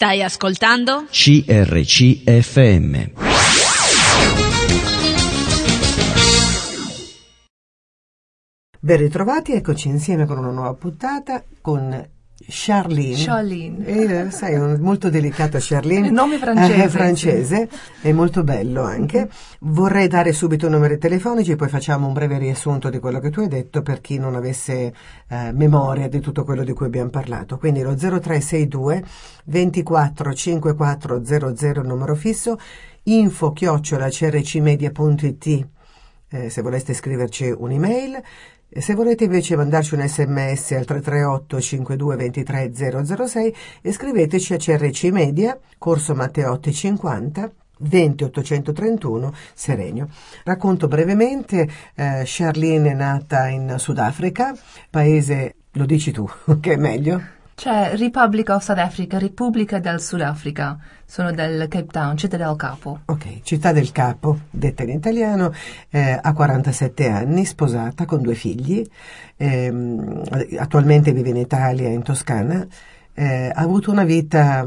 Stai ascoltando? CRC FM. Ben ritrovati, eccoci insieme con una nuova puntata con Charlene. Sai, molto delicato Charlene. Il nome francese. Francese, sì. È molto bello anche. Vorrei dare subito i numeri telefonici, poi facciamo un breve riassunto di quello che tu hai detto per chi non avesse memoria di tutto quello di cui abbiamo parlato. Quindi lo 0362 24 5400 numero fisso, info@crcmedia.it se voleste scriverci un'email. Se volete invece mandarci un sms al 338 52 23 006 e scriveteci a CRC Media, Corso Matteotti 50, 20 831 Serenio. Racconto brevemente, Charlene è nata in Sudafrica, paese, lo dici tu, che è meglio? C'è Republic of South Africa, Repubblica del Sudafrica, sono del Cape Town, Città del Capo. Ok, Città del Capo, detta in italiano, ha 47 anni, sposata con 2 figli, attualmente vive in Italia, in Toscana, ha avuto una vita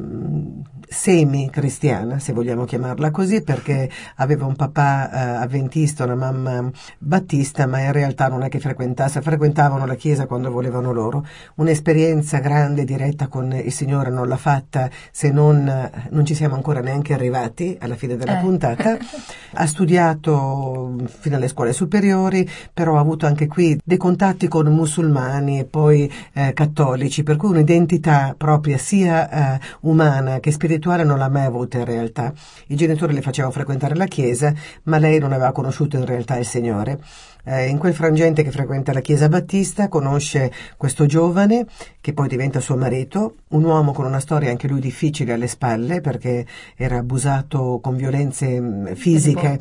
semi-cristiana, se vogliamo chiamarla così, perché aveva un papà avventista, una mamma battista, ma in realtà non è che frequentavano la chiesa quando volevano loro. Un'esperienza grande, diretta con il Signore non l'ha fatta, se non ci siamo ancora neanche arrivati alla fine della puntata. Ha studiato fino alle scuole superiori, però ha avuto anche qui dei contatti con musulmani e poi cattolici, per cui un'identità propria sia umana che spirituale non l'ha mai avuta in realtà. I genitori le facevano frequentare la chiesa, ma lei non aveva conosciuto in realtà il Signore. In quel frangente che frequenta la chiesa battista conosce questo giovane che poi diventa suo marito, un uomo con una storia anche lui difficile alle spalle perché era abusato con violenze fisiche,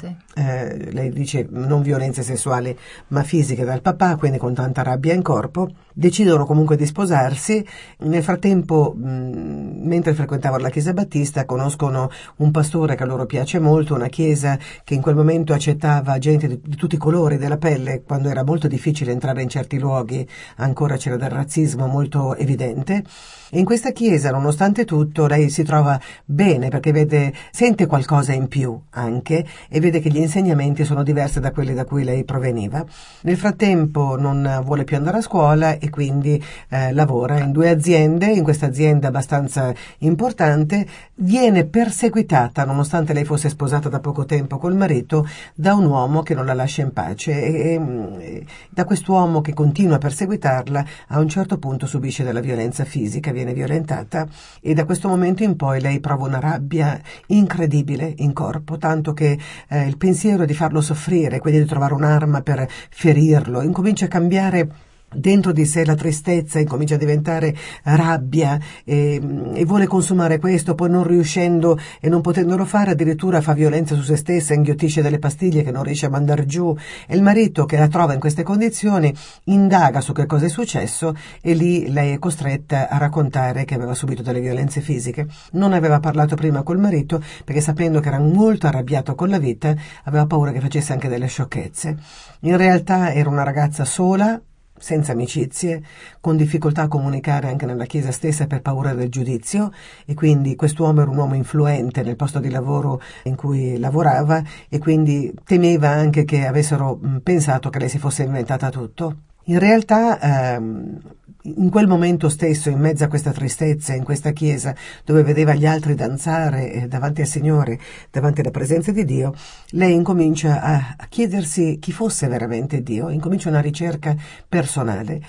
lei dice non violenze sessuali ma fisiche dal papà, quindi con tanta rabbia in corpo. Decidono comunque di sposarsi. Nel frattempo, mentre frequentavano la chiesa battista, conoscono un pastore che a loro piace molto, una chiesa che in quel momento accettava gente di tutti i colori della pelle, quando era molto difficile entrare in certi luoghi, ancora c'era del razzismo molto evidente. E in questa chiesa, nonostante tutto, lei si trova bene perché sente qualcosa in più anche e vede che gli insegnamenti sono diversi da quelli da cui lei proveniva. Nel frattempo non vuole più andare a scuola e quindi lavora in 2 aziende. In questa azienda abbastanza importante viene perseguitata, nonostante lei fosse sposata da poco tempo col marito, da un uomo che non la lascia in pace e da quest'uomo che continua a perseguitarla a un certo punto subisce della violenza fisica, viene violentata e da questo momento in poi lei prova una rabbia incredibile in corpo, tanto che il pensiero di farlo soffrire, quindi di trovare un'arma per ferirlo, incomincia a cambiare dentro di sé la tristezza, incomincia a diventare rabbia e vuole consumare questo, poi non riuscendo e non potendolo fare addirittura fa violenza su se stessa, inghiottisce delle pastiglie che non riesce a mandar giù e il marito che la trova in queste condizioni indaga su che cosa è successo e lì lei è costretta a raccontare che aveva subito delle violenze fisiche. Non aveva parlato prima col marito perché sapendo che era molto arrabbiato con la vita aveva paura che facesse anche delle sciocchezze. In realtà era una ragazza sola, senza amicizie, con difficoltà a comunicare anche nella chiesa stessa per paura del giudizio e quindi quest'uomo era un uomo influente nel posto di lavoro in cui lavorava e quindi temeva anche che avessero pensato che lei si fosse inventata tutto. In realtà in quel momento stesso, in mezzo a questa tristezza, in questa chiesa dove vedeva gli altri danzare davanti al Signore, davanti alla presenza di Dio, lei incomincia a chiedersi chi fosse veramente Dio, incomincia una ricerca personale,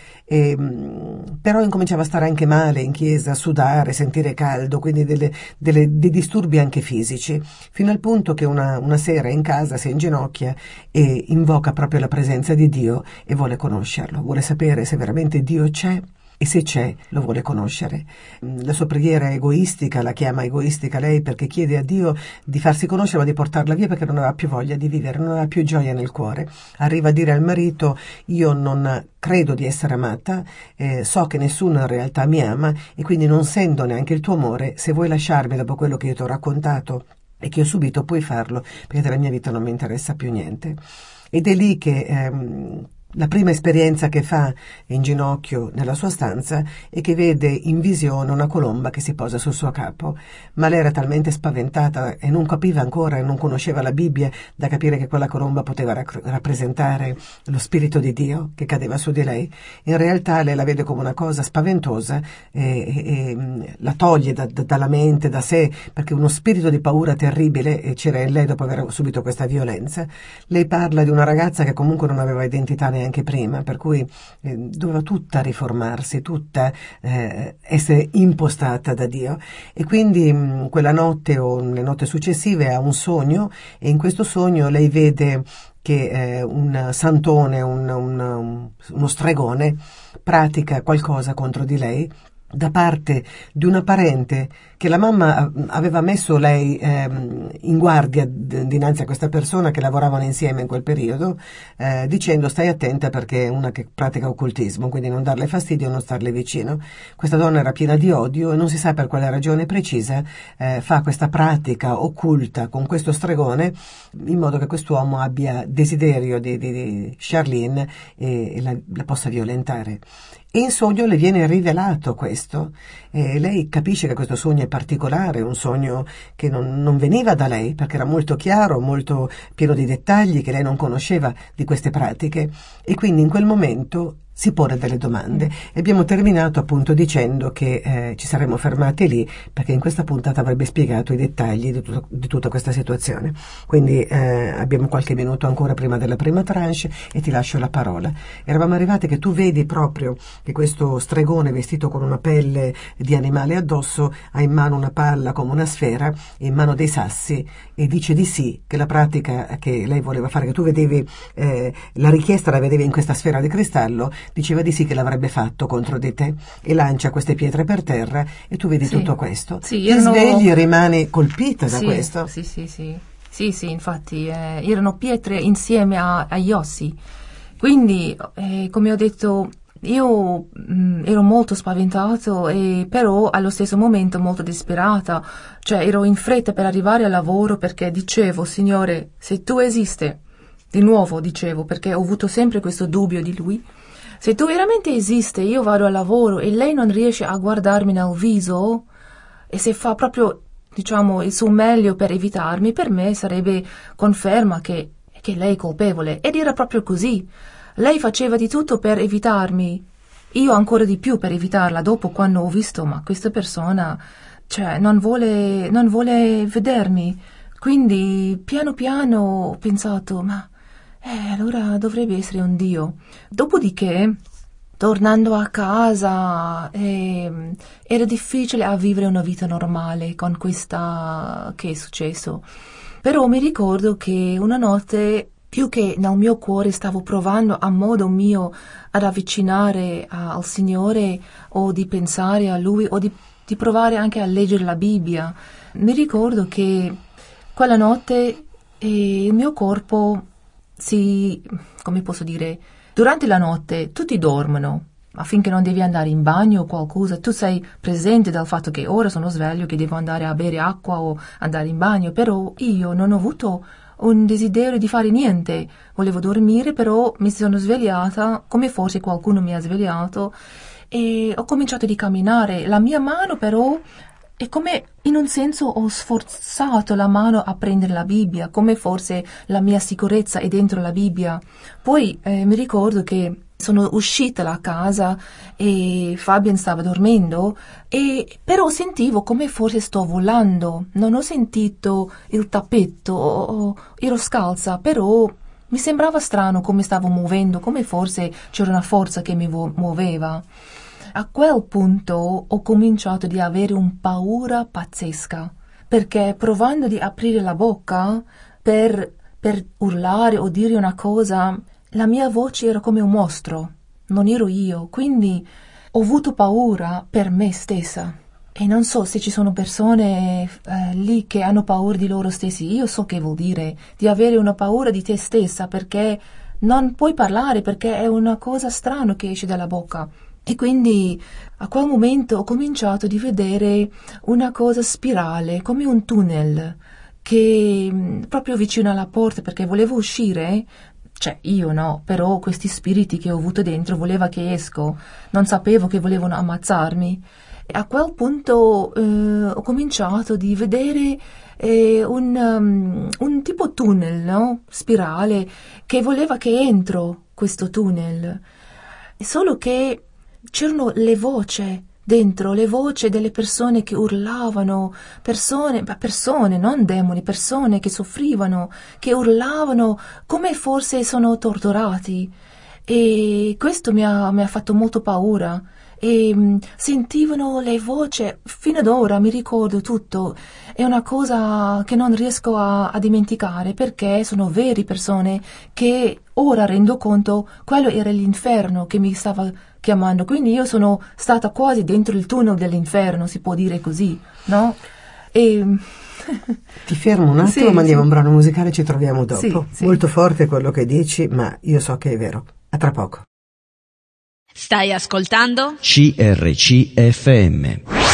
però incominciava a stare anche male in chiesa, a sudare, sentire caldo, quindi dei disturbi anche fisici, fino al punto che una sera in casa si inginocchia e invoca proprio la presenza di Dio e vuole conoscerlo, vuole sapere se veramente Dio c'è e se c'è lo vuole conoscere. La sua preghiera è egoistica, la chiama egoistica lei perché chiede a Dio di farsi conoscere ma di portarla via perché non aveva più voglia di vivere, non aveva più gioia nel cuore. Arriva a dire al marito: io non credo di essere amata, so che nessuno in realtà mi ama e quindi non sento neanche il tuo amore, se vuoi lasciarmi dopo quello che io ti ho raccontato e che ho subito puoi farlo perché della mia vita non mi interessa più niente. Ed è lì che La prima esperienza che fa in ginocchio nella sua stanza è che vede in visione una colomba che si posa sul suo capo, ma lei era talmente spaventata e non capiva ancora e non conosceva la Bibbia da capire che quella colomba poteva rappresentare lo Spirito di Dio che cadeva su di lei. In realtà lei la vede come una cosa spaventosa e la toglie dalla mente, da sé, perché uno spirito di paura terribile c'era in lei dopo aver subito questa violenza. Lei parla di una ragazza che comunque non aveva identità neanche prima, per cui doveva tutta riformarsi, tutta essere impostata da Dio, e quindi quella notte o le notti successive ha un sogno, e in questo sogno lei vede che un santone, uno stregone pratica qualcosa contro di lei da parte di una parente che la mamma aveva messo lei in guardia dinanzi a questa persona che lavoravano insieme in quel periodo, dicendo: stai attenta perché è una che pratica occultismo, quindi non darle fastidio, non starle vicino. Questa donna era piena di odio e non si sa per quale ragione precisa fa questa pratica occulta con questo stregone in modo che quest'uomo abbia desiderio di Charlene e la possa violentare. E in sogno le viene rivelato questo, e lei capisce che questo sogno è particolare, un sogno che non veniva da lei, perché era molto chiaro, molto pieno di dettagli che lei non conosceva di queste pratiche, e quindi in quel momento si pone delle domande. E abbiamo terminato appunto dicendo che ci saremmo fermati lì, perché in questa puntata avrebbe spiegato i dettagli di tutta questa situazione. Quindi abbiamo qualche minuto ancora prima della prima tranche e ti lascio la parola. Eravamo arrivati che tu vedi proprio che questo stregone vestito con una pelle di animale addosso ha in mano una palla come una sfera, in mano dei sassi, e dice di sì, che la pratica che lei voleva fare, che tu vedevi, la richiesta la vedevi in questa sfera di cristallo, diceva di sì che l'avrebbe fatto contro di te, e lancia queste pietre per terra e tu vedi tutto questo. Sì, ti svegli e rimani colpita da questo. Sì, infatti erano pietre insieme agli ossi, quindi come ho detto io ero molto spaventato, però allo stesso momento molto disperata, cioè ero in fretta per arrivare al lavoro perché dicevo: Signore, se tu esiste, di nuovo dicevo, perché ho avuto sempre questo dubbio di lui, se tu veramente esiste, io vado al lavoro e lei non riesce a guardarmi nel viso, e se fa proprio, diciamo, il suo meglio per evitarmi, per me sarebbe conferma che lei è colpevole. Ed era proprio così. Lei faceva di tutto per evitarmi, io ancora di più per evitarla, dopo quando ho visto, ma questa persona, cioè, non vuole vedermi. Quindi piano piano ho pensato: ma allora dovrebbe essere un Dio. Dopodiché, tornando a casa, era difficile a vivere una vita normale con questa che è successo. Però mi ricordo che una notte, più che nel mio cuore stavo provando a modo mio ad avvicinare al Signore, o di pensare a Lui, o di provare anche a leggere la Bibbia, mi ricordo che quella notte il mio corpo come posso dire, durante la notte tutti dormono, affinché non devi andare in bagno o qualcosa, tu sei presente dal fatto che ora sono sveglio, che devo andare a bere acqua o andare in bagno, però io non ho avuto un desiderio di fare niente, volevo dormire, però mi sono svegliata, come forse qualcuno mi ha svegliato, e ho cominciato a camminare. La mia mano però è come, in un senso, ho sforzato la mano a prendere la Bibbia, come forse la mia sicurezza è dentro la Bibbia. Poi mi ricordo che sono uscita da casa e Fabian stava dormendo, però sentivo come forse sto volando. Non ho sentito il tappeto, ero scalza, però mi sembrava strano come stavo muovendo, come forse c'era una forza che mi muoveva. A quel punto ho cominciato ad avere un paura pazzesca, perché provando di aprire la bocca per urlare o dire una cosa, la mia voce era come un mostro, non ero io, quindi ho avuto paura per me stessa. E non so se ci sono persone lì che hanno paura di loro stessi. Io so che vuol dire di avere una paura di te stessa, perché non puoi parlare, perché è una cosa strana che esce dalla bocca. E quindi a quel momento ho cominciato a vedere una cosa spirale, come un tunnel, che proprio vicino alla porta, perché volevo uscire, cioè io no, però questi spiriti che ho avuto dentro voleva che esco, non sapevo che volevano ammazzarmi. E a quel punto ho cominciato di vedere un tipo tunnel, no? Spirale, che voleva che entro questo tunnel. Solo che c'erano le voci dentro, le voci delle persone che urlavano, persone, non demoni, persone che soffrivano, che urlavano come forse sono torturati. E questo mi ha fatto molto paura. E sentivano le voci, fino ad ora mi ricordo tutto. È una cosa che non riesco a dimenticare, perché sono vere persone che ora rendo conto quello era l'inferno che mi stava chiamando. Quindi io sono stata quasi dentro il tunnel dell'inferno, si può dire così, no? E ti fermo un attimo, sì, mandiamo sì. un brano musicale, ci troviamo dopo. Sì, sì. Molto forte quello che dici, ma io so che è vero. A tra poco. Stai ascoltando? CRCFM.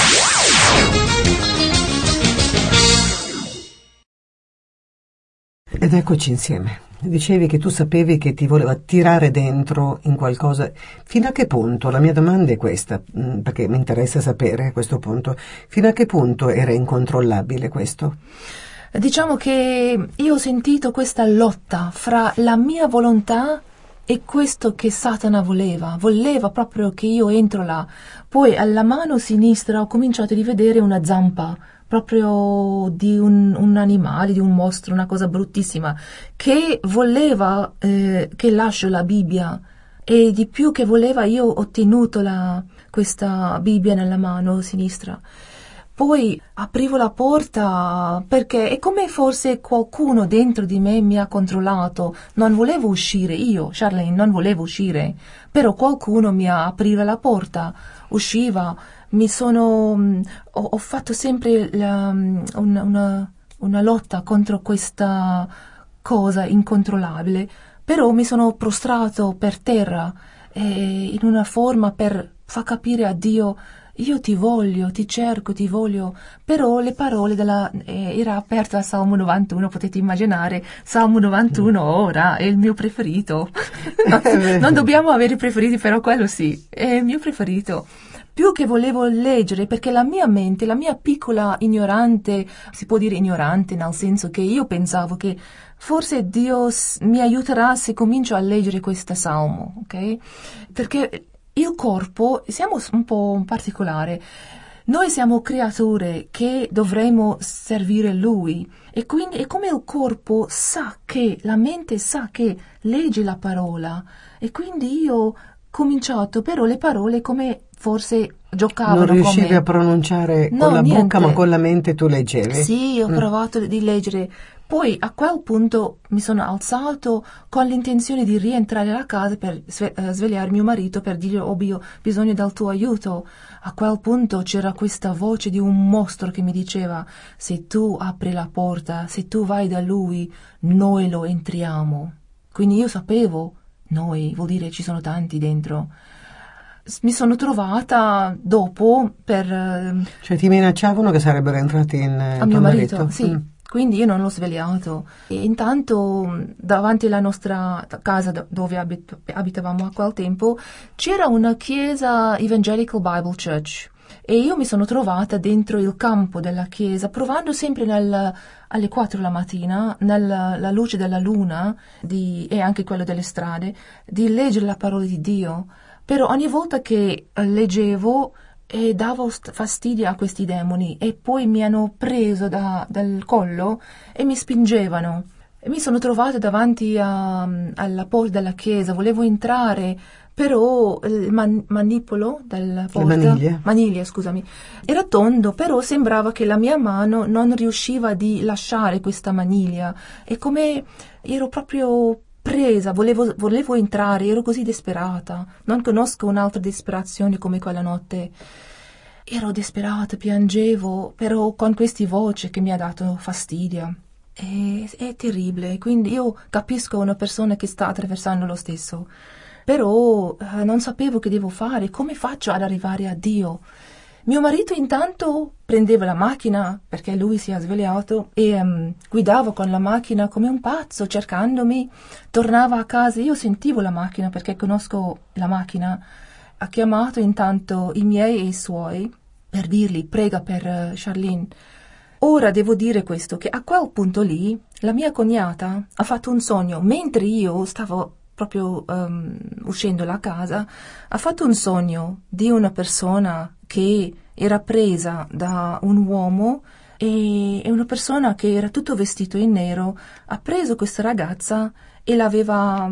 Ed eccoci insieme. Dicevi che tu sapevi che ti voleva tirare dentro in qualcosa. Fino a che punto? La mia domanda è questa, perché mi interessa sapere a questo punto. Fino a che punto era incontrollabile questo? Diciamo che io ho sentito questa lotta fra la mia volontà e questo che Satana voleva proprio che io entro là. Poi alla mano sinistra ho cominciato a vedere una zampa, proprio di un animale, di un mostro, una cosa bruttissima, che voleva che lascio la Bibbia. E di più che voleva, io ho tenuto questa Bibbia nella mano sinistra. Poi aprivo la porta perché è come forse qualcuno dentro di me mi ha controllato. Non volevo uscire, io, Charlene, non volevo uscire, però qualcuno mi ha aperto la porta, usciva. Ho fatto sempre una lotta contro questa cosa incontrollabile, però mi sono prostrato per terra in una forma per far capire a Dio: io ti voglio, ti cerco, ti voglio. Però le parole era aperto a Salmo 91, potete immaginare, Salmo 91 ora è il mio preferito. Non dobbiamo avere i preferiti, però quello sì, è il mio preferito. Più che volevo leggere, perché la mia mente, la mia piccola ignorante, si può dire ignorante nel senso che io pensavo che forse Dio mi aiuterà se comincio a leggere questo salmo, ok? Perché il corpo, siamo un po' particolare, noi siamo creature che dovremmo servire Lui, e quindi è come il corpo sa che, la mente sa che legge la parola, e quindi io ho cominciato, però le parole come forse giocavano con me. Non riuscivi a pronunciare con la bocca, ma con la mente tu leggevi? Sì, ho provato di leggere. Poi a quel punto mi sono alzato con l'intenzione di rientrare a casa per svegliare mio marito, per dirgli: ho bisogno del tuo aiuto. A quel punto c'era questa voce di un mostro che mi diceva: se tu apri la porta, se tu vai da lui, noi lo entriamo. Quindi io sapevo, noi vuol dire ci sono tanti dentro. Mi sono trovata dopo per... Cioè ti minacciavano che sarebbero entrati in a mio marito? Sì. Quindi io non l'ho svegliato. E intanto davanti alla nostra casa dove abitavamo a quel tempo c'era una chiesa Evangelical Bible Church, e io mi sono trovata dentro il campo della chiesa, provando sempre alle 4 la mattina, nella luce della luna e anche quello delle strade, di leggere la parola di Dio. Però ogni volta che leggevo e davo fastidio a questi demoni, e poi mi hanno preso dal collo e mi spingevano. E mi sono trovata davanti alla porta della chiesa, volevo entrare, però il manipolo della porta, maniglia, scusami, era tondo, però sembrava che la mia mano non riusciva di lasciare questa maniglia, e come ero proprio presa, volevo entrare, ero così disperata, non conosco un'altra disperazione come quella notte. Ero disperata, piangevo, però con queste voci che mi ha dato fastidio. È terribile, quindi io capisco una persona che sta attraversando lo stesso, però non sapevo che devo fare, come faccio ad arrivare a Dio. Mio marito intanto prendeva la macchina, perché lui si è svegliato, e guidava con la macchina come un pazzo, cercandomi. Tornava a casa, io sentivo la macchina, perché conosco la macchina. Ha chiamato intanto i miei e i suoi per dirgli: prega per Charlene. Ora devo dire questo, che a quel punto lì la mia cognata ha fatto un sogno, mentre io stavo proprio uscendo da casa, ha fatto un sogno di una persona che era presa da un uomo, e una persona che era tutto vestito in nero ha preso questa ragazza e l'aveva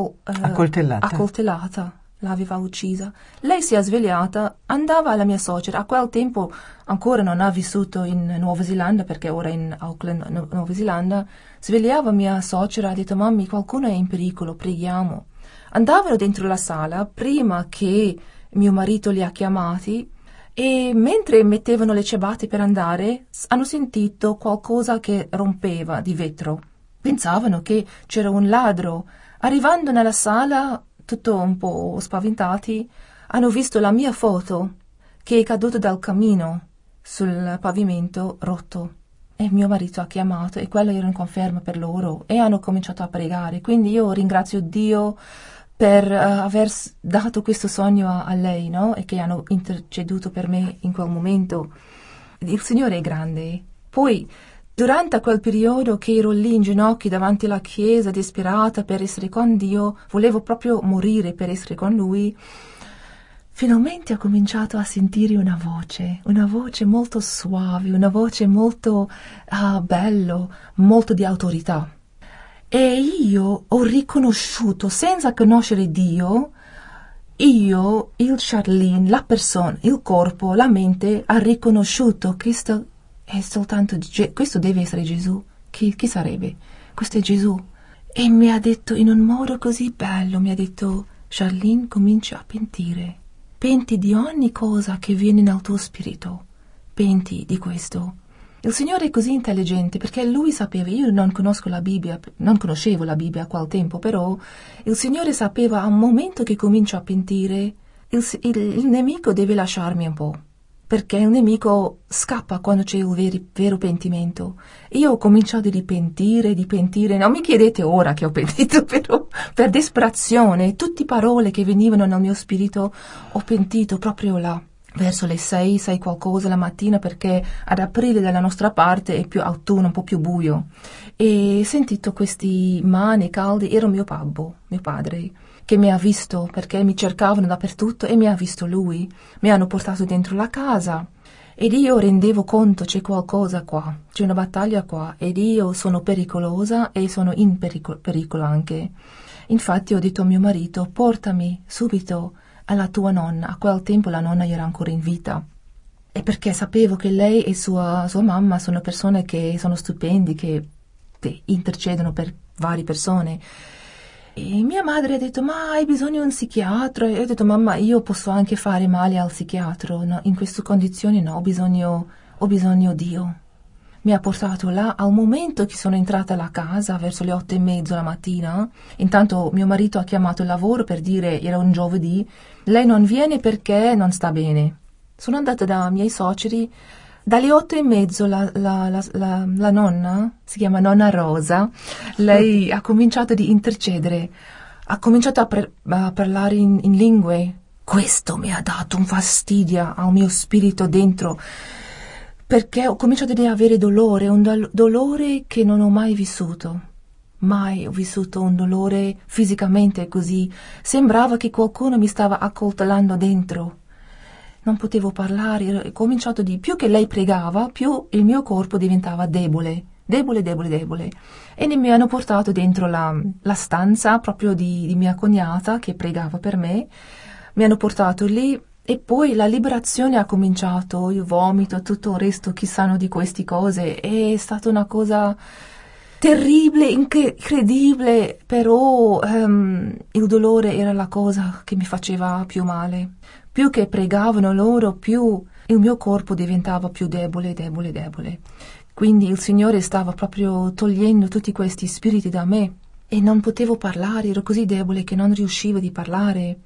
accoltellata. L'aveva uccisa. Lei si è svegliata, andava alla mia suocera. A quel tempo ancora non ha vissuto in Nuova Zelanda, perché ora è in Auckland, Nuova Zelanda. Svegliava mia suocera, ha detto: mammi, qualcuno è in pericolo, preghiamo. Andavano dentro la sala prima che mio marito li ha chiamati, e mentre mettevano le ciabatte per andare hanno sentito qualcosa che rompeva di vetro. Pensavano che c'era un ladro. Arrivando nella sala, tutto un po' spaventati, hanno visto la mia foto che è caduta dal camino sul pavimento rotto, e mio marito ha chiamato, e quello era in conferma per loro, e hanno cominciato a pregare. Quindi io ringrazio Dio per aver dato questo sogno a lei, no? E che hanno interceduto per me in quel momento. Il Signore è grande. Poi durante quel periodo che ero lì in ginocchio davanti alla chiesa, disperata per essere con Dio, volevo proprio morire per essere con Lui, finalmente ho cominciato a sentire una voce molto suave, una voce molto bello, molto di autorità. E io ho riconosciuto, senza conoscere Dio, il Charlene, la persona, il corpo, la mente, ha riconosciuto che è soltanto questo deve essere Gesù. Chi sarebbe? Questo è Gesù. E mi ha detto in un modo così bello, mi ha detto: Charlene, comincia a pentire. Penti di ogni cosa che viene nel tuo spirito. Penti di questo. Il Signore è così intelligente, perché Lui sapeva, io non conoscevo la Bibbia a quel tempo, però il Signore sapeva, a un momento che comincio a pentire, il nemico deve lasciarmi un po'. Perché il nemico scappa quando c'è il vero pentimento. Io ho cominciato di pentire, non mi chiedete ora che ho pentito, però per disperazione, tutte parole che venivano nel mio spirito, ho pentito proprio là, verso le 6 qualcosa la mattina, perché ad aprile dalla nostra parte è più autunno, un po' più buio. E ho sentito questi mani caldi, era mio padre, che mi ha visto, perché mi cercavano dappertutto, e mi ha visto lui. Mi hanno portato dentro la casa ed io rendevo conto: c'è qualcosa qua, c'è una battaglia qua, ed io sono pericolosa e sono in pericolo anche. Infatti ho detto a mio marito: portami subito alla tua nonna. A quel tempo la nonna era ancora in vita, e perché sapevo che lei e sua mamma sono persone che sono stupendi, che intercedono per varie persone. E mia madre ha detto: ma hai bisogno di un psichiatra? E ho detto: mamma, io posso anche fare male al psichiatra, no? In queste condizioni no, ho bisogno di Dio. Mi ha portato là. Al momento che sono entrata alla casa, verso le 8:30 la mattina, intanto mio marito ha chiamato il lavoro per dire, era un giovedì, lei non viene perché non sta bene. Sono andata da miei suoceri. Dalle 8:30 la nonna, si chiama nonna Rosa, lei ha cominciato di intercedere, ha cominciato a parlare in lingue. Questo mi ha dato un fastidio al mio spirito dentro, perché ho cominciato ad avere dolore, un dolore che non ho mai vissuto. Mai ho vissuto un dolore fisicamente così. Sembrava che qualcuno mi stava accoltellando dentro. Non potevo parlare, ho cominciato più che lei pregava, più il mio corpo diventava debole. E mi hanno portato dentro la stanza proprio di mia cognata che pregava per me. Mi hanno portato lì e poi la liberazione ha cominciato, il vomito, tutto il resto, chi sanno di queste cose. È stata una cosa terribile, incredibile, però il dolore era la cosa che mi faceva più male. Più che pregavano loro, più il mio corpo diventava più debole. Quindi il Signore stava proprio togliendo tutti questi spiriti da me, e non potevo parlare, ero così debole che non riuscivo di parlare.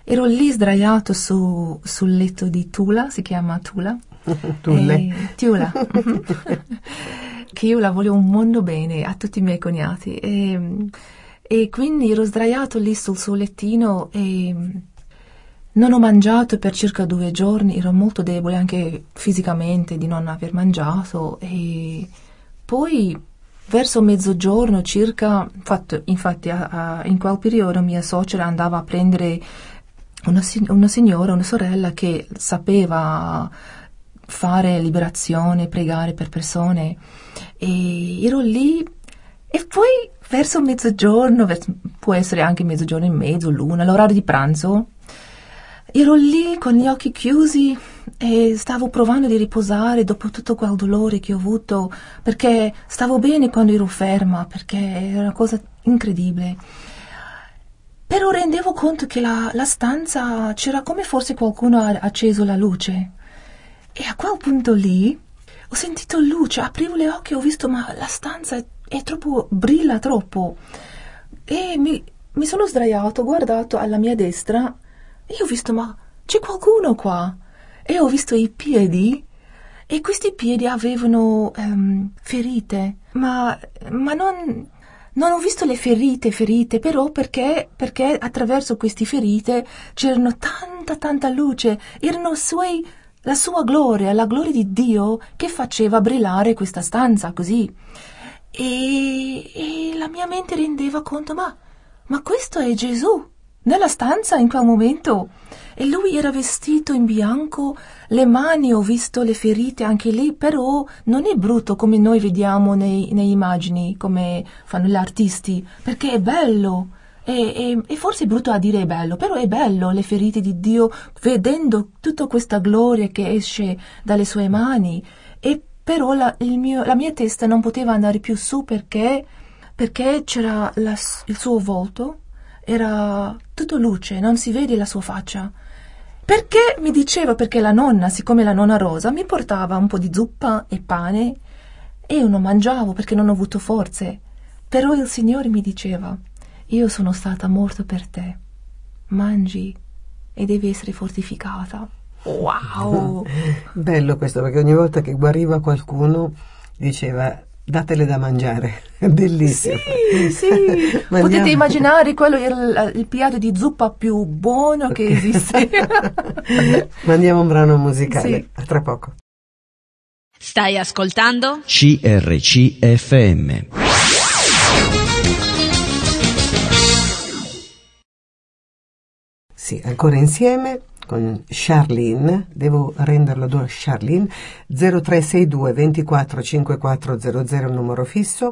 ero lì sdraiato sul letto di Tula, si chiama Tula. Tulle. Tula. Che io la volevo un mondo bene a tutti i miei cognati. E quindi ero sdraiato lì sul suo lettino e non ho mangiato per circa 2 giorni, ero molto debole anche fisicamente di non aver mangiato e poi verso mezzogiorno circa, infatti in quel periodo mia suocera andava a prendere una sorella che sapeva fare liberazione, pregare per persone e ero lì e poi verso mezzogiorno, può essere anche mezzogiorno e mezzo, l'una, l'orario di pranzo, ero lì con gli occhi chiusi e stavo provando di riposare dopo tutto quel dolore che ho avuto, perché stavo bene quando ero ferma, perché era una cosa incredibile. Però rendevo conto che la stanza c'era come forse qualcuno ha acceso la luce. E a quel punto lì ho sentito luce, aprivo gli occhi e ho visto ma la stanza è troppo, brilla troppo. E mi sono sdraiato, ho guardato alla mia destra e ho visto ma c'è qualcuno qua. E ho visto i piedi e questi piedi avevano ferite, ma non ho visto le ferite, però perché attraverso queste ferite c'erano tanta luce, erano la sua gloria, la gloria di Dio che faceva brillare questa stanza così. E la mia mente rendeva conto, ma questo è Gesù nella stanza in quel momento. E lui era vestito in bianco, le mani ho visto le ferite anche lì, però non è brutto come noi vediamo nei immagini, come fanno gli artisti, perché è bello. E forse è brutto a dire è bello, però è bello le ferite di Dio, vedendo tutta questa gloria che esce dalle sue mani. E però la mia testa non poteva andare più su perché c'era il suo volto, era tutto luce, non si vede la sua faccia. Perché mi diceva, perché la nonna, siccome la nonna Rosa, mi portava un po' di zuppa e pane e io non mangiavo perché non ho avuto forze. Però il Signore mi diceva, io sono stata morta per te, mangi e devi essere fortificata. Wow! Bello questo, perché ogni volta che guariva qualcuno diceva datele da mangiare, bellissimo. Sì. Potete immaginare, quello era il piatto di zuppa più buono che esiste. Mandiamo un brano musicale, Sì. a tra poco. Stai ascoltando? CRCFM. Sì, ancora insieme con Charlene, devo renderlo a Charlene, 0362 24 5400 il numero fisso,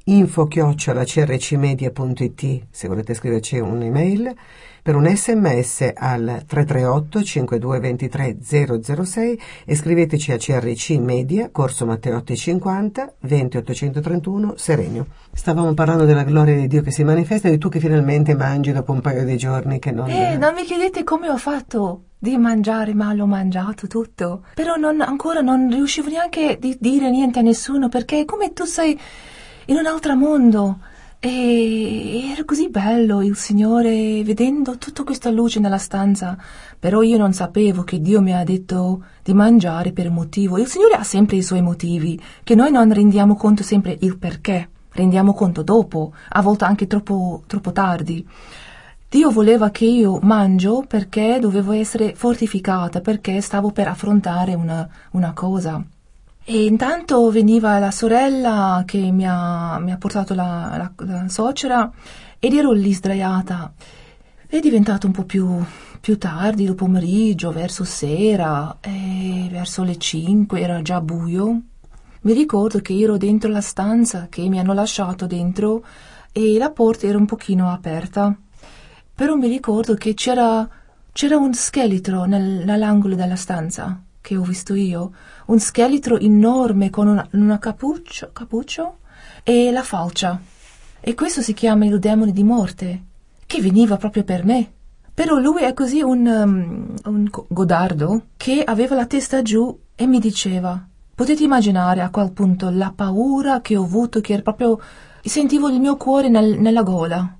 info@crcmedia.it se volete scriverci un'email, per un sms al 338 52 23 006 e scriveteci a CRC Media, Corso Matteotti 50, 20 831 Serenio. Stavamo parlando della gloria di Dio che si manifesta e tu che finalmente mangi dopo un paio di giorni che non... Non mi chiedete come ho fatto di mangiare, ma l'ho mangiato tutto. Però ancora non riuscivo neanche a dire niente a nessuno, perché come tu sei in un altro mondo. E era così bello il Signore vedendo tutta questa luce nella stanza, però io non sapevo che Dio mi ha detto di mangiare per un motivo. Il Signore ha sempre i suoi motivi, che noi non rendiamo conto sempre il perché, rendiamo conto dopo, a volte anche troppo tardi. Dio voleva che io mangio perché dovevo essere fortificata, perché stavo per affrontare una cosa. E intanto veniva la sorella che mi ha portato la suocera ed ero lì sdraiata. È diventato un po' più tardi, dopo pomeriggio, verso sera, e verso le 5 era già buio. Mi ricordo che ero dentro la stanza, che mi hanno lasciato dentro e la porta era un pochino aperta. Però mi ricordo che c'era un scheletro nell'angolo della stanza che ho visto io, un scheletro enorme con una cappuccio e la falce. E questo si chiama il demone di morte, che veniva proprio per me. Però lui è così un godardo che aveva la testa giù e mi diceva, potete immaginare a quel punto la paura che ho avuto, che era proprio, sentivo il mio cuore nella gola.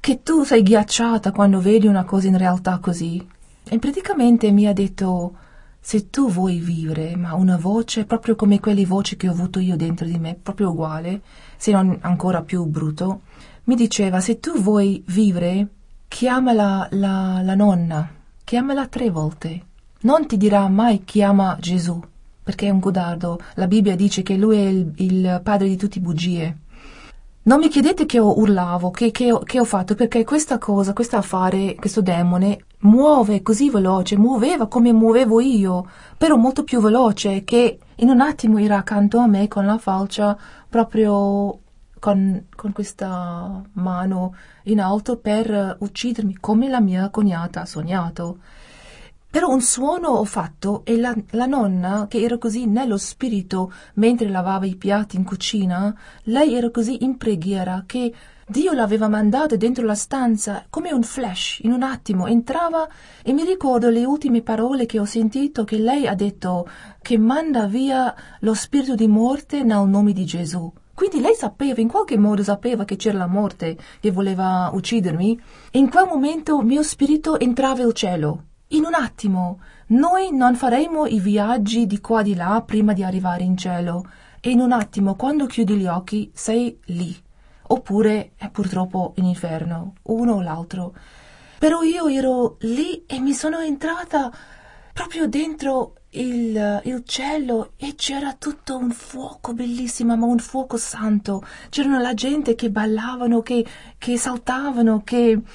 che tu sei ghiacciata quando vedi una cosa in realtà così. E praticamente mi ha detto, se tu vuoi vivere, ma una voce proprio come quelle voci che ho avuto io dentro di me, proprio uguale, se non ancora più brutto, mi diceva, se tu vuoi vivere, chiamala la nonna, chiamala 3 volte. Non ti dirà mai chiama Gesù, perché è un codardo. La Bibbia dice che lui è il padre di tutte bugie. Non mi chiedete che urlavo, che ho fatto, perché questa cosa, questo affare, questo demone, muove così veloce, muoveva come muovevo io, però molto più veloce, che in un attimo era accanto a me con la falce proprio con questa mano in alto per uccidermi, come la mia cognata ha sognato. Però un suono ho fatto e la nonna, che era così nello spirito mentre lavava i piatti in cucina, lei era così in preghiera che Dio l'aveva mandato dentro la stanza come un flash, in un attimo, entrava e mi ricordo le ultime parole che ho sentito che lei ha detto che manda via lo spirito di morte nel nome di Gesù. Quindi lei sapeva, in qualche modo sapeva che c'era la morte che voleva uccidermi. E in quel momento il mio spirito entrava il cielo. In un attimo, noi non faremo i viaggi di qua e di là prima di arrivare in cielo. E in un attimo, quando chiudi gli occhi, sei lì. Oppure è purtroppo in inferno, uno o l'altro. Però io ero lì e mi sono entrata proprio dentro il cielo e c'era tutto un fuoco bellissimo, ma un fuoco santo. C'erano la gente che ballavano, che saltavano,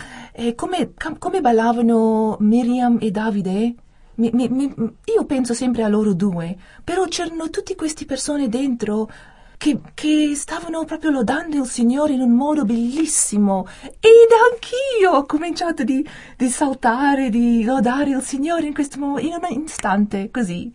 come ballavano Miriam e Davide. Io penso sempre a loro due, però c'erano tutte queste persone dentro che stavano proprio lodando il Signore in un modo bellissimo, ed anch'io ho cominciato di saltare, di lodare il Signore in un istante così.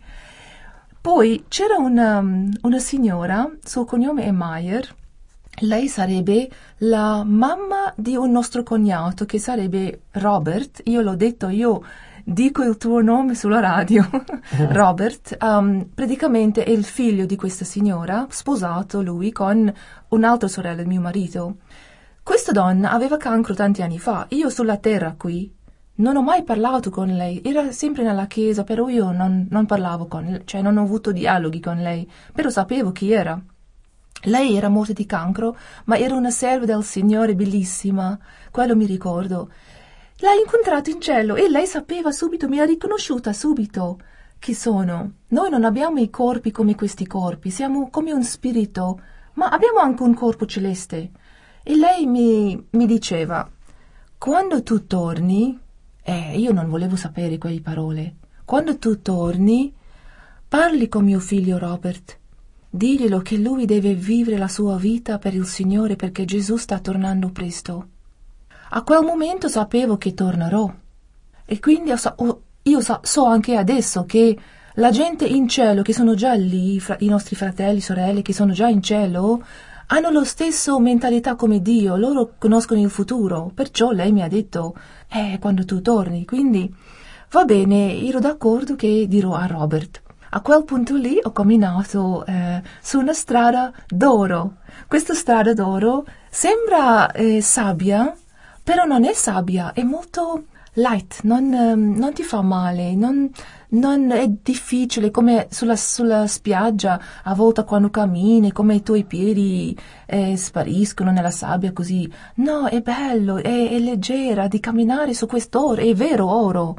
Poi c'era una signora, suo cognome è Meyer. Lei sarebbe la mamma di un nostro cognato che sarebbe Robert. Io l'ho detto, io dico il tuo nome sulla radio. Robert, praticamente è il figlio di questa signora, sposato lui con un'altra sorella di mio marito. Questa donna aveva cancro tanti anni fa. Io sulla terra qui non ho mai parlato con lei. Era sempre nella chiesa, però io non parlavo con lei, cioè non ho avuto dialoghi con lei, però sapevo chi era. Lei era morta di cancro, ma era una serva del Signore bellissima, quello mi ricordo. L'ha incontrato in cielo e lei sapeva subito, mi ha riconosciuta subito chi sono. Noi non abbiamo i corpi come questi corpi, siamo come un spirito, ma abbiamo anche un corpo celeste. E lei mi diceva, quando tu torni, io non volevo sapere quelle parole, quando tu torni, parli con mio figlio Robert, diglielo che lui deve vivere la sua vita per il Signore perché Gesù sta tornando presto. A quel momento sapevo che tornerò e quindi io so anche adesso che la gente in cielo, che sono già lì, i nostri fratelli e sorelle che sono già in cielo, hanno lo stesso mentalità come Dio, loro conoscono il futuro, perciò lei mi ha detto, quando tu torni, quindi va bene, ero d'accordo che dirò a Robert. A quel punto lì ho camminato su una strada d'oro. Questa strada d'oro sembra sabbia, però non è sabbia, è molto light, non ti fa male, non è difficile come sulla spiaggia, a volte quando cammini, come i tuoi piedi spariscono nella sabbia così. No, è bello, è leggera di camminare su quest'oro, è vero oro.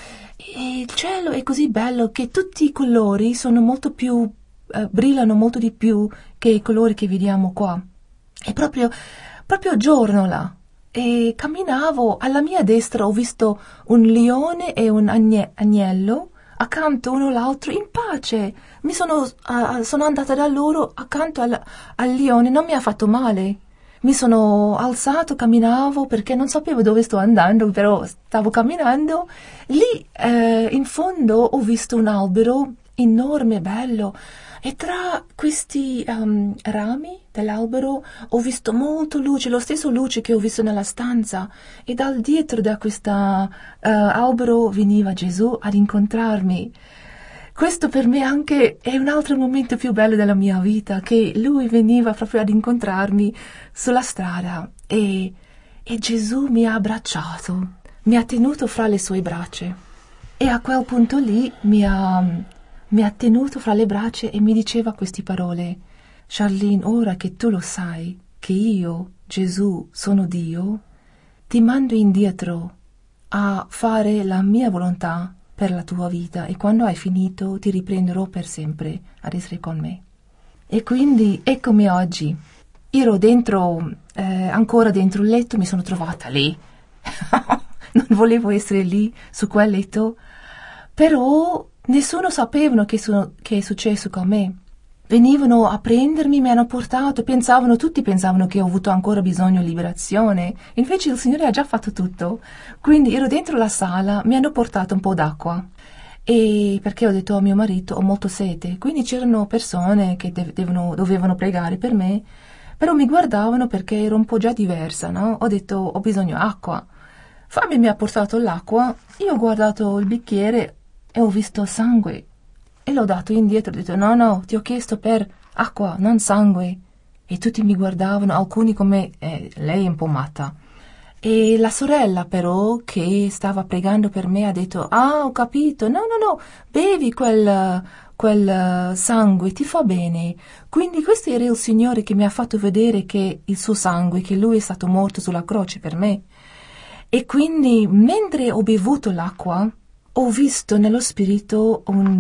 E il cielo è così bello che tutti i colori sono molto più, brillano molto di più che i colori che vediamo qua. È proprio giorno là. E camminavo, alla mia destra ho visto un leone e un agnello, accanto uno all'altro, in pace. Sono andata da loro accanto al leone, non mi ha fatto male. Mi sono alzato, camminavo perché non sapevo dove sto andando, però stavo camminando. Lì in fondo ho visto un albero enorme, bello, e tra questi rami dell'albero ho visto molto luce, lo stesso luce che ho visto nella stanza, e dal dietro da questo albero veniva Gesù ad incontrarmi. Questo per me anche è un altro momento più bello della mia vita, che lui veniva proprio ad incontrarmi sulla strada e e Gesù mi ha abbracciato, mi ha tenuto fra le sue braccia e a quel punto lì mi ha tenuto fra le braccia e mi diceva queste parole: Charlene, ora che tu lo sai che io, Gesù, sono Dio, ti mando indietro a fare la mia volontà per la tua vita e quando hai finito ti riprenderò per sempre ad essere con me. E quindi eccomi oggi. Ero dentro, ancora dentro il letto, mi sono trovata lì. Non volevo essere lì su quel letto, però nessuno sapeva che è successo con me. Venivano a prendermi, mi hanno portato, tutti pensavano che ho avuto ancora bisogno di liberazione. Invece il Signore ha già fatto tutto. Quindi ero dentro la sala, mi hanno portato un po' d'acqua. E perché ho detto a mio marito, ho molto sete. Quindi c'erano persone che dovevano pregare per me, però mi guardavano perché ero un po' già diversa, no? Ho detto, ho bisogno di acqua. Fabio mi ha portato l'acqua, io ho guardato il bicchiere e ho visto sangue. E l'ho dato indietro, ho detto, no, ti ho chiesto per acqua, non sangue. E tutti mi guardavano, alcuni come, lei è un po' matta. E la sorella però, che stava pregando per me, ha detto, ho capito, no, bevi quel sangue, ti fa bene. Quindi questo era il Signore che mi ha fatto vedere che il suo sangue, che Lui è stato morto sulla croce per me. E quindi, mentre ho bevuto l'acqua, ho visto nello spirito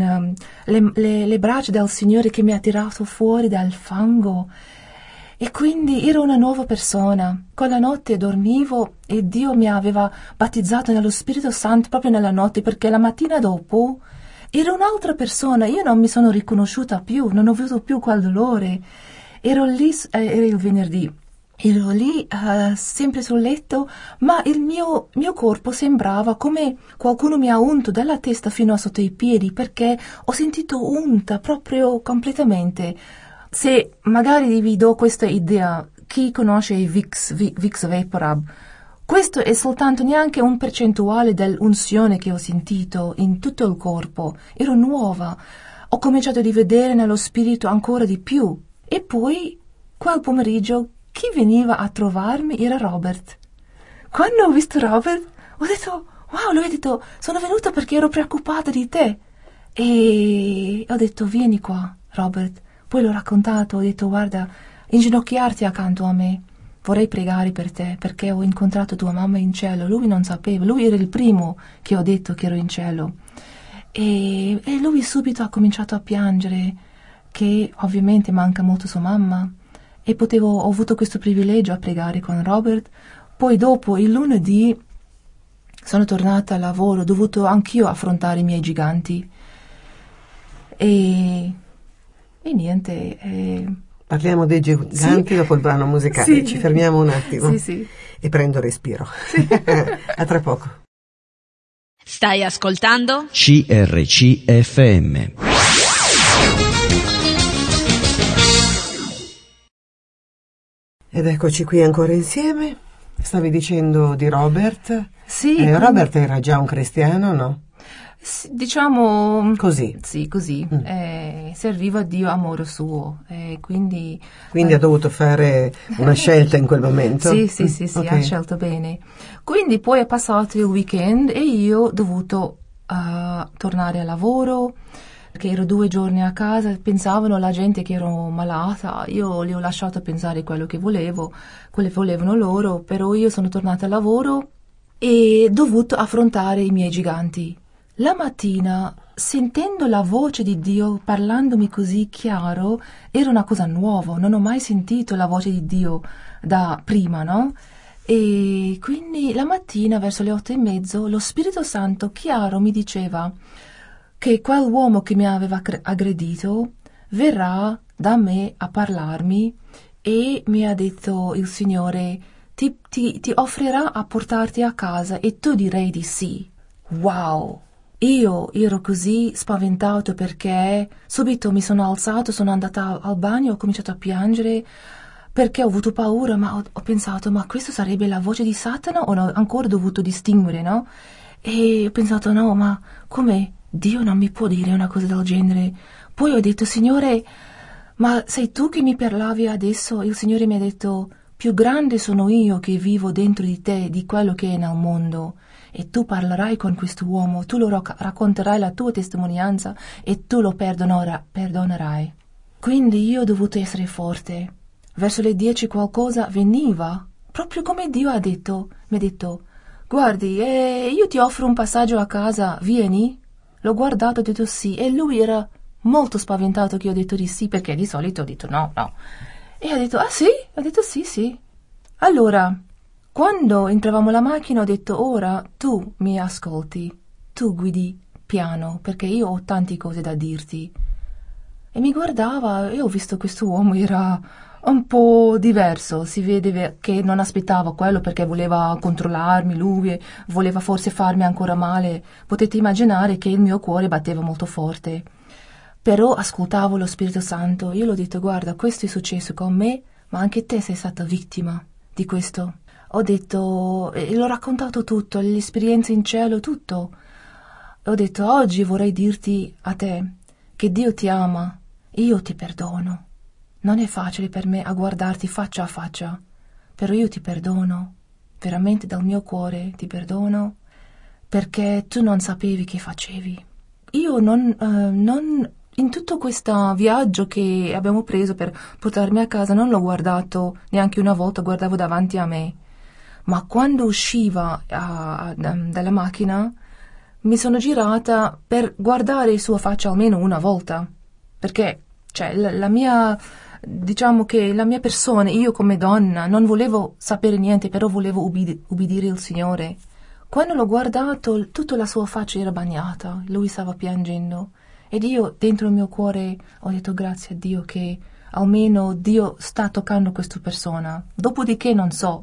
le braccia del Signore che mi ha tirato fuori dal fango. E quindi ero una nuova persona. Quella notte dormivo e Dio mi aveva battezzato nello Spirito Santo proprio nella notte, perché la mattina dopo ero un'altra persona. Io non mi sono riconosciuta più, non ho avuto più quel dolore. Ero lì, era il venerdì. Ero lì sempre sul letto, ma il mio corpo sembrava come qualcuno mi ha unto dalla testa fino a sotto i piedi, perché ho sentito unta proprio completamente. Se magari vi do questa idea, chi conosce i Vicks VapoRub, questo è soltanto neanche un percentuale dell'unzione che ho sentito in tutto il corpo. Ero nuova, ho cominciato a rivedere nello spirito ancora di più. E poi, quel pomeriggio, chi veniva a trovarmi era Robert. Quando ho visto Robert, ho detto, wow, lui ha detto, sono venuta perché ero preoccupata di te. E ho detto, vieni qua, Robert. Poi l'ho raccontato, ho detto, guarda, inginocchiarti accanto a me. Vorrei pregare per te, perché ho incontrato tua mamma in cielo. Lui non sapeva, lui era il primo che ho detto che ero in cielo. E lui subito ha cominciato a piangere, che ovviamente manca molto sua mamma. E ho avuto questo privilegio a pregare con Robert. Poi dopo, il lunedì, sono tornata al lavoro, ho dovuto anch'io affrontare i miei giganti. E niente. Parliamo dei giganti dopo il brano musicale. Sì. Ci fermiamo un attimo. Sì. E prendo respiro. Sì. A tra poco. Stai ascoltando? CRCFM. Ed eccoci qui ancora insieme. Stavi dicendo di Robert? Sì. Robert era già un cristiano, no? Diciamo così. Sì, così. Serviva a Dio amore suo. Quindi ha dovuto fare una scelta in quel momento? Sì, Okay. Ha scelto bene. Quindi poi è passato il weekend e io ho dovuto tornare al lavoro, perché ero 2 giorni a casa. Pensavano la gente che ero malata, io li ho lasciato pensare quello che volevano loro, però io sono tornata al lavoro e ho dovuto affrontare i miei giganti. La mattina, sentendo la voce di Dio parlandomi così chiaro, era una cosa nuova, non ho mai sentito la voce di Dio da prima, no? E quindi la mattina, verso le 8:30, lo Spirito Santo chiaro mi diceva che quell'uomo che mi aveva aggredito verrà da me a parlarmi e mi ha detto il Signore, ti offrirà a portarti a casa e tu direi di sì. Wow! Io ero così spaventato perché subito mi sono alzato, sono andata al bagno, ho cominciato a piangere perché ho avuto paura, ma ho pensato, ma questo sarebbe la voce di Satana o no? Ancora dovuto distinguere, no? E ho pensato, no, ma come? Dio non mi può dire una cosa del genere. Poi ho detto, Signore, ma sei tu che mi parlavi adesso? Il Signore mi ha detto, più grande sono io che vivo dentro di te di quello che è nel mondo. E tu parlerai con quest'uomo, tu lo racconterai la tua testimonianza e tu lo perdonerai. Quindi io ho dovuto essere forte. Verso le 10 qualcosa veniva, proprio come Dio ha detto. Mi ha detto, guardi, io ti offro un passaggio a casa, vieni? L'ho guardato e ho detto sì, e lui era molto spaventato che ho detto di sì, perché di solito ho detto no. E ha detto, ah sì? Ho detto sì. Allora, quando entravamo alla macchina ho detto, ora tu mi ascolti, tu guidi piano, perché io ho tante cose da dirti. E mi guardava e ho visto questo uomo, era un po' diverso, si vede che non aspettava quello perché voleva controllarmi, lui voleva forse farmi ancora male. Potete immaginare che il mio cuore batteva molto forte. Però ascoltavo lo Spirito Santo, io l'ho detto, guarda, questo è successo con me, ma anche te sei stata vittima di questo. Ho detto, e l'ho raccontato tutto, l'esperienza in cielo, tutto. Ho detto, oggi vorrei dirti a te che Dio ti ama, io ti perdono. Non è facile per me a guardarti faccia a faccia, però io ti perdono, veramente dal mio cuore ti perdono, perché tu non sapevi che facevi. Io non in tutto questo viaggio che abbiamo preso per portarmi a casa non l'ho guardato neanche una volta, guardavo davanti a me. Ma quando usciva dalla macchina mi sono girata per guardare il suo faccia almeno una volta, perché la mia, diciamo che la mia persona, io come donna, non volevo sapere niente, però volevo ubbidire il Signore. Quando l'ho guardato, tutta la sua faccia era bagnata, lui stava piangendo, ed io dentro il mio cuore ho detto grazie a Dio che almeno Dio sta toccando questa persona. Dopodiché non so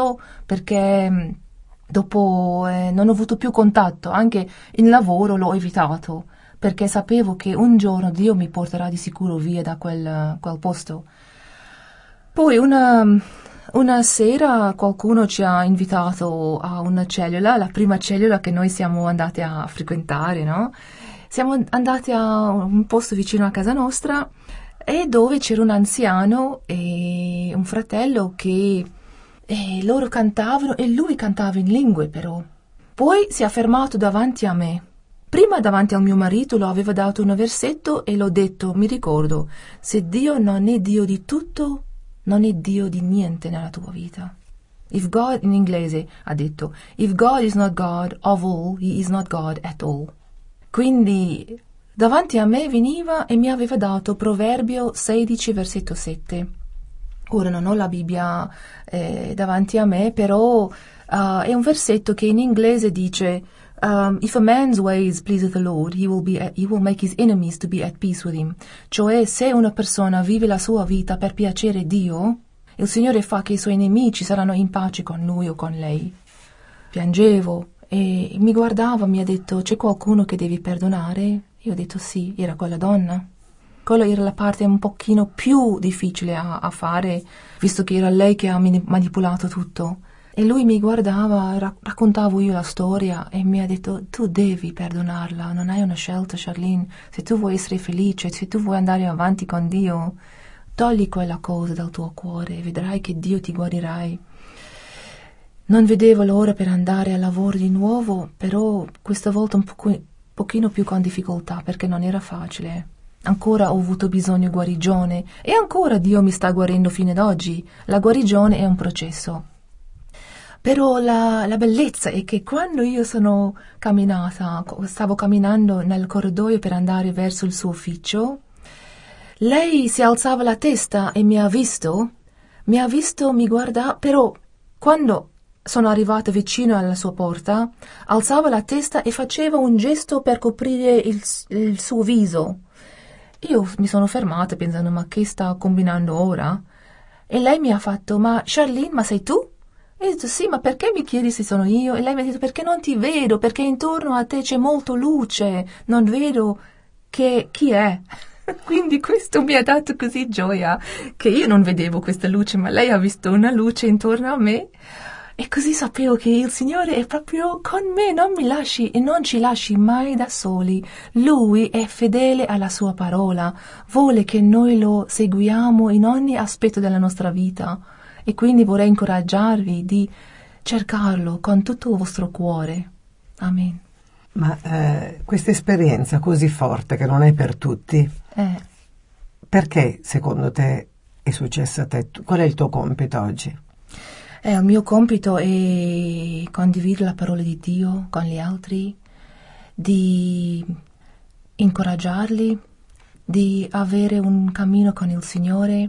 perché dopo non ho avuto più contatto, anche il lavoro l'ho evitato, perché sapevo che un giorno Dio mi porterà di sicuro via da quel posto. Poi una sera qualcuno ci ha invitato a una cellula, la prima cellula che noi siamo andati a frequentare, no? Siamo andati a un posto vicino a casa nostra e dove c'era un anziano e un fratello che loro cantavano e lui cantava in lingue però. Poi si è fermato davanti a me. Prima davanti al mio marito lo aveva dato un versetto e l'ho detto, mi ricordo, se Dio non è Dio di tutto, non è Dio di niente nella tua vita. If God, in inglese ha detto, if God is not God of all, he is not God at all. Quindi davanti a me veniva e mi aveva dato Proverbio 16, versetto 7. Ora non ho la Bibbia davanti a me, però è un versetto che in inglese dice if a man's ways please the Lord, he will make his enemies to be at peace with him. Cioè, se una persona vive la sua vita per piacere Dio, il Signore fa che i suoi nemici saranno in pace con lui o con lei. Piangevo e mi guardava, mi ha detto, c'è qualcuno che devi perdonare? Io ho detto sì, era quella donna. Quella era la parte un pochino più difficile a fare, visto che era lei che ha manipolato tutto. E lui mi guardava, raccontavo io la storia e mi ha detto, tu devi perdonarla, non hai una scelta, Charlene. Se tu vuoi essere felice, se tu vuoi andare avanti con Dio, togli quella cosa dal tuo cuore e vedrai che Dio ti guarirai. Non vedevo l'ora per andare al lavoro di nuovo, però questa volta un pochino più con difficoltà, perché non era facile. Ancora ho avuto bisogno di guarigione e ancora Dio mi sta guarendo fino ad oggi. La guarigione è un processo. Però la bellezza è che quando io stavo camminando nel corridoio per andare verso il suo ufficio, lei si alzava la testa e mi ha visto, mi guardava, però quando sono arrivata vicino alla sua porta, alzava la testa e faceva un gesto per coprire il suo viso. Io mi sono fermata pensando, ma che sta combinando ora? E lei mi ha fatto, ma Charlene, ma sei tu? E io ho detto, sì, ma perché mi chiedi se sono io? E lei mi ha detto, perché non ti vedo, perché intorno a te c'è molto luce, non vedo chi è. Quindi questo mi ha dato così gioia, che io non vedevo questa luce, ma lei ha visto una luce intorno a me. E così sapevo che il Signore è proprio con me, non mi lasci e non ci lasci mai da soli. Lui è fedele alla sua parola, vuole che noi lo seguiamo in ogni aspetto della nostra vita. e quindi vorrei incoraggiarvi di cercarlo con tutto il vostro cuore. Amen. Ma questa esperienza così forte, che non è per tutti, perché secondo te è successa a te? Qual è il tuo compito oggi? Il mio compito è condividere la parola di Dio con gli altri, di incoraggiarli, di avere un cammino con il Signore,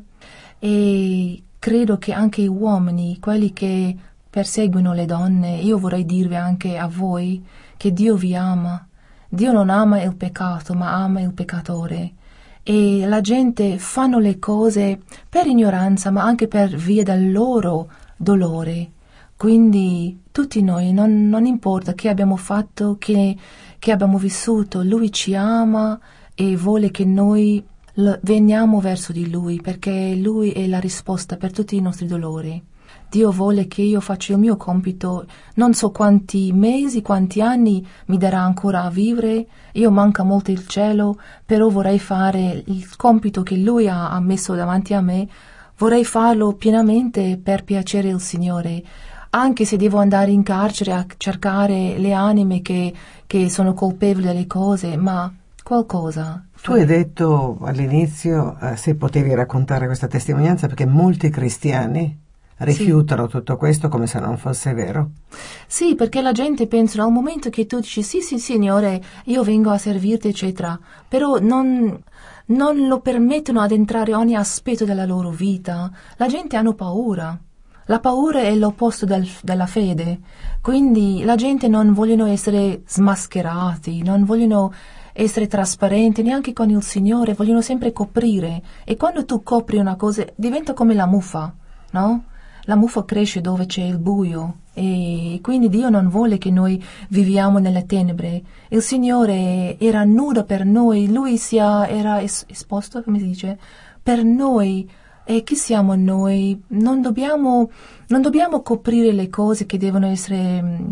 e credo che anche gli uomini, quelli che perseguono le donne, io vorrei dirvi anche a voi che Dio vi ama. Dio non ama il peccato, ma ama il peccatore. E la gente fanno le cose per ignoranza, ma anche per via del loro dolore. Quindi tutti noi, non importa che abbiamo fatto, che abbiamo vissuto, Lui ci ama e vuole che noi veniamo verso di Lui, perché Lui è la risposta per tutti i nostri dolori. Dio vuole che io faccia il mio compito, non so quanti mesi, quanti anni mi darà ancora a vivere, io manca molto il cielo, però vorrei fare il compito che Lui ha messo davanti a me, vorrei farlo pienamente per piacere il Signore, anche se devo andare in carcere a cercare le anime che sono colpevoli delle cose, ma qualcosa. Tu hai detto all'inizio, se potevi raccontare questa testimonianza, perché molti cristiani rifiutano tutto questo come se non fosse vero. Sì, perché la gente pensa al momento che tu dici sì, Signore, io vengo a servirti, eccetera, però non lo permettono ad entrare ogni aspetto della loro vita. La gente ha paura. La paura è l'opposto della fede. Quindi la gente non vogliono essere smascherati, non vogliono essere trasparenti neanche con il Signore, vogliono sempre coprire. E quando tu copri una cosa diventa come la muffa, no? La muffa cresce dove c'è il buio, e quindi Dio non vuole che noi viviamo nelle tenebre. Il Signore era nudo per noi, Lui era esposto, come si dice, per noi. E chi siamo noi? Non dobbiamo coprire le cose che devono essere,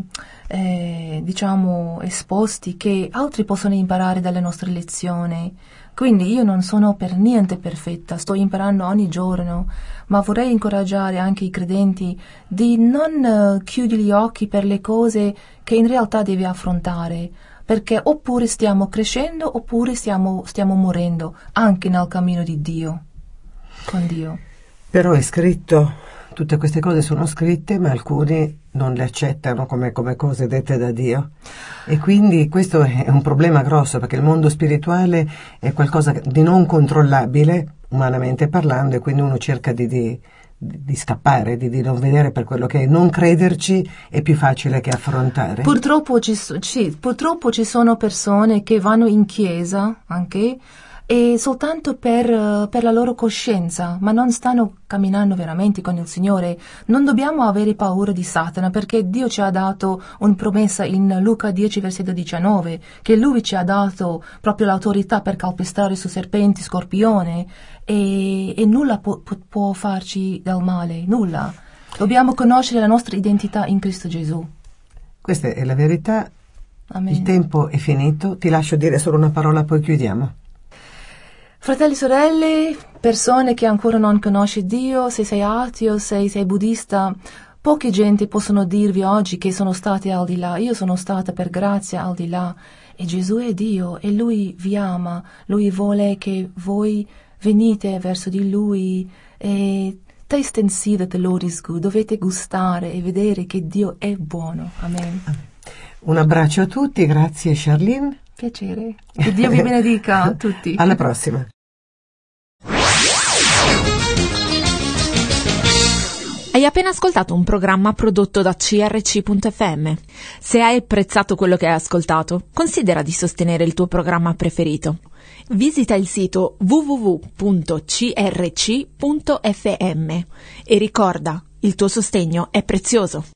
esposti, che altri possono imparare dalle nostre lezioni. Quindi io non sono per niente perfetta, sto imparando ogni giorno, ma vorrei incoraggiare anche i credenti di non chiudere gli occhi per le cose che in realtà devi affrontare, perché oppure stiamo crescendo oppure stiamo morendo anche nel cammino di Dio, con Dio. Però è scritto, tutte queste cose sono scritte, ma alcuni non le accettano come cose dette da Dio. E quindi questo è un problema grosso, perché il mondo spirituale è qualcosa di non controllabile, umanamente parlando, e quindi uno cerca di scappare, di non vedere per quello che è. Non crederci è più facile che affrontare. Purtroppo ci sono persone che vanno in chiesa anche, e soltanto per la loro coscienza, ma non stanno camminando veramente con il Signore. Non dobbiamo avere paura di Satana, perché Dio ci ha dato una promessa in Luca 10, versetto 19, che Lui ci ha dato proprio l'autorità per calpestare su serpenti, scorpione, e nulla può farci del male, nulla. Dobbiamo conoscere la nostra identità in Cristo Gesù. Questa è la verità. Amen. Il tempo è finito, ti lascio dire solo una parola, poi chiudiamo. Fratelli e sorelle, persone che ancora non conosce Dio, se sei ateo, se sei buddista, poche gente possono dirvi oggi che sono stati al di là. Io sono stata per grazia al di là, e Gesù è Dio e Lui vi ama, Lui vuole che voi venite verso di Lui e taste and see that the Lord is good. Dovete gustare e vedere che Dio è buono. Amen. Un abbraccio a tutti, grazie Charlene. Piacere. Che Dio vi benedica a tutti. Alla prossima. Hai appena ascoltato un programma prodotto da CRC.fm. Se hai apprezzato quello che hai ascoltato, considera di sostenere il tuo programma preferito. Visita il sito www.crc.fm e ricorda, il tuo sostegno è prezioso.